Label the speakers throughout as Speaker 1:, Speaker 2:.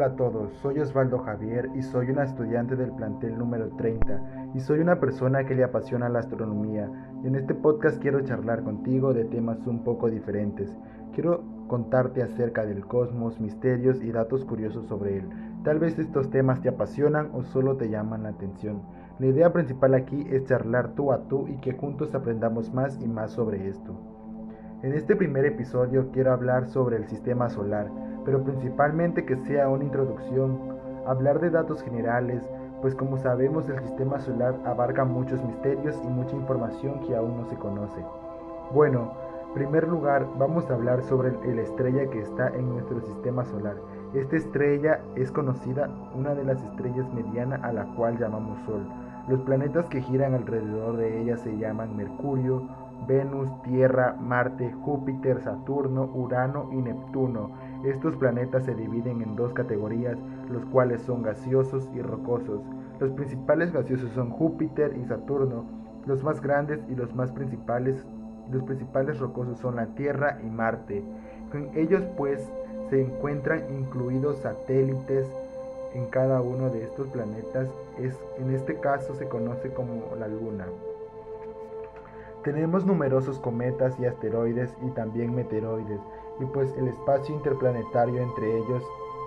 Speaker 1: Hola a todos, soy Osvaldo Javier y soy una estudiante del plantel número 30 y soy una persona que le apasiona la astronomía. En este podcast quiero charlar contigo de temas un poco diferentes. Quiero contarte acerca del cosmos, misterios y datos curiosos sobre él. Tal vez estos temas te apasionan o solo te llaman la atención. La idea principal aquí es charlar tú a tú y que juntos aprendamos más y más sobre esto. En este primer episodio quiero hablar sobre el sistema solar, pero principalmente que sea una introducción, hablar de datos generales, pues como sabemos el sistema solar abarca muchos misterios y mucha información que aún no se conoce. Bueno, en primer lugar vamos a hablar sobre la estrella que está en nuestro sistema solar. Esta estrella es conocida una de las estrellas mediana a la cual llamamos Sol. Los planetas que giran alrededor de ella se llaman Mercurio, Venus, Tierra, Marte, Júpiter, Saturno, Urano y Neptuno. Estos planetas se dividen en dos categorías, los cuales son gaseosos y rocosos. Los principales gaseosos son Júpiter y Saturno. Los más grandes y los principales rocosos son la Tierra y Marte. En ellos pues se encuentran incluidos satélites en cada uno de estos planetas. En este caso se conoce como la Luna. Tenemos numerosos cometas y asteroides y también meteoroides, y pues el espacio interplanetario entre ellos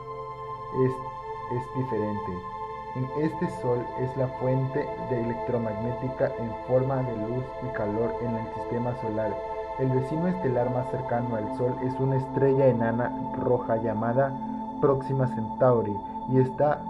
Speaker 1: es diferente. En este Sol es la fuente de electromagnética en forma de luz y calor en el sistema solar. El vecino estelar más cercano al Sol es una estrella enana roja llamada Próxima Centauri y está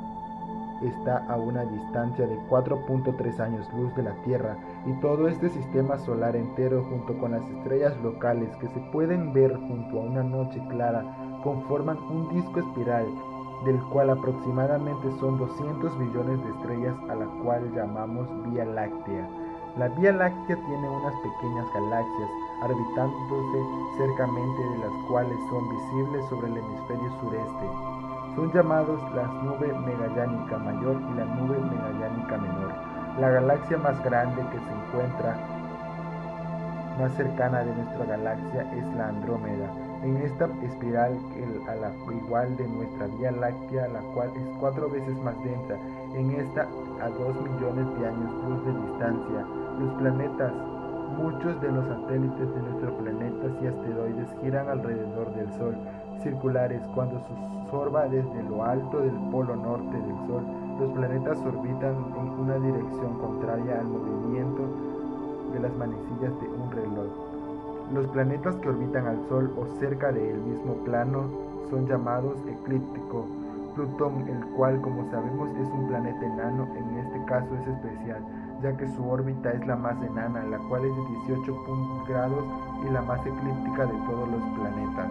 Speaker 1: a una distancia de 4.3 años luz de la Tierra, y todo este sistema solar entero junto con las estrellas locales que se pueden ver junto a una noche clara conforman un disco espiral del cual aproximadamente son 200 billones de estrellas, a la cual llamamos Vía Láctea. La Vía Láctea tiene unas pequeñas galaxias orbitándose cercamente, de las cuales son visibles sobre el hemisferio sureste. Son llamados las nubes Megallánica Mayor y la nube Megallánica Menor. La galaxia más grande que se encuentra más cercana de nuestra galaxia es la Andrómeda. En esta espiral, a la igual de nuestra Vía Láctea, la cual es 4 veces más densa, en esta a 2 millones de años luz de distancia. Los planetas, muchos de los satélites de nuestro planeta y asteroides giran alrededor del Sol, circulares. Cuando se observa desde lo alto del polo norte del Sol, los planetas orbitan en una dirección contraria al movimiento de las manecillas de un reloj. Los planetas que orbitan al Sol o cerca de el mismo plano son llamados eclípticos. Plutón, el cual como sabemos es un planeta enano, en este caso es especial, ya que su órbita es la más enana, la cual es de 18 grados y la más eclíptica de todos los planetas.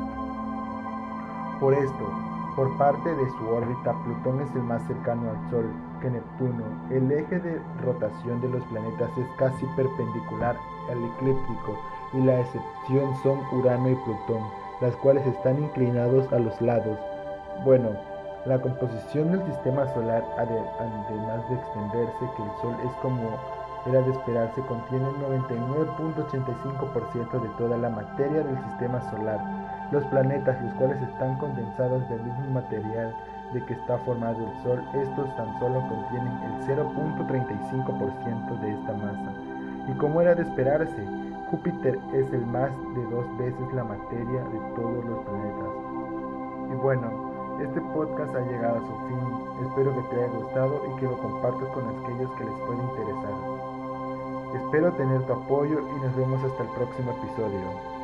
Speaker 1: Por esto, por parte de su órbita, Plutón es el más cercano al Sol que Neptuno. El eje de rotación de los planetas es casi perpendicular al eclíptico, y la excepción son Urano y Plutón, las cuales están inclinados a los lados. Bueno, la composición del sistema solar, además de extenderse que el Sol es como era de esperarse, contiene el 99.85% de toda la materia del sistema solar. Los planetas, los cuales están condensados del mismo material de que está formado el Sol, estos tan solo contienen el 0.35% de esta masa. Y como era de esperarse, Júpiter es el más de 2 veces la materia de todos los planetas. Y bueno, este podcast ha llegado a su fin. Espero que te haya gustado y que lo compartas con aquellos que les pueda interesar. Espero tener tu apoyo y nos vemos hasta el próximo episodio.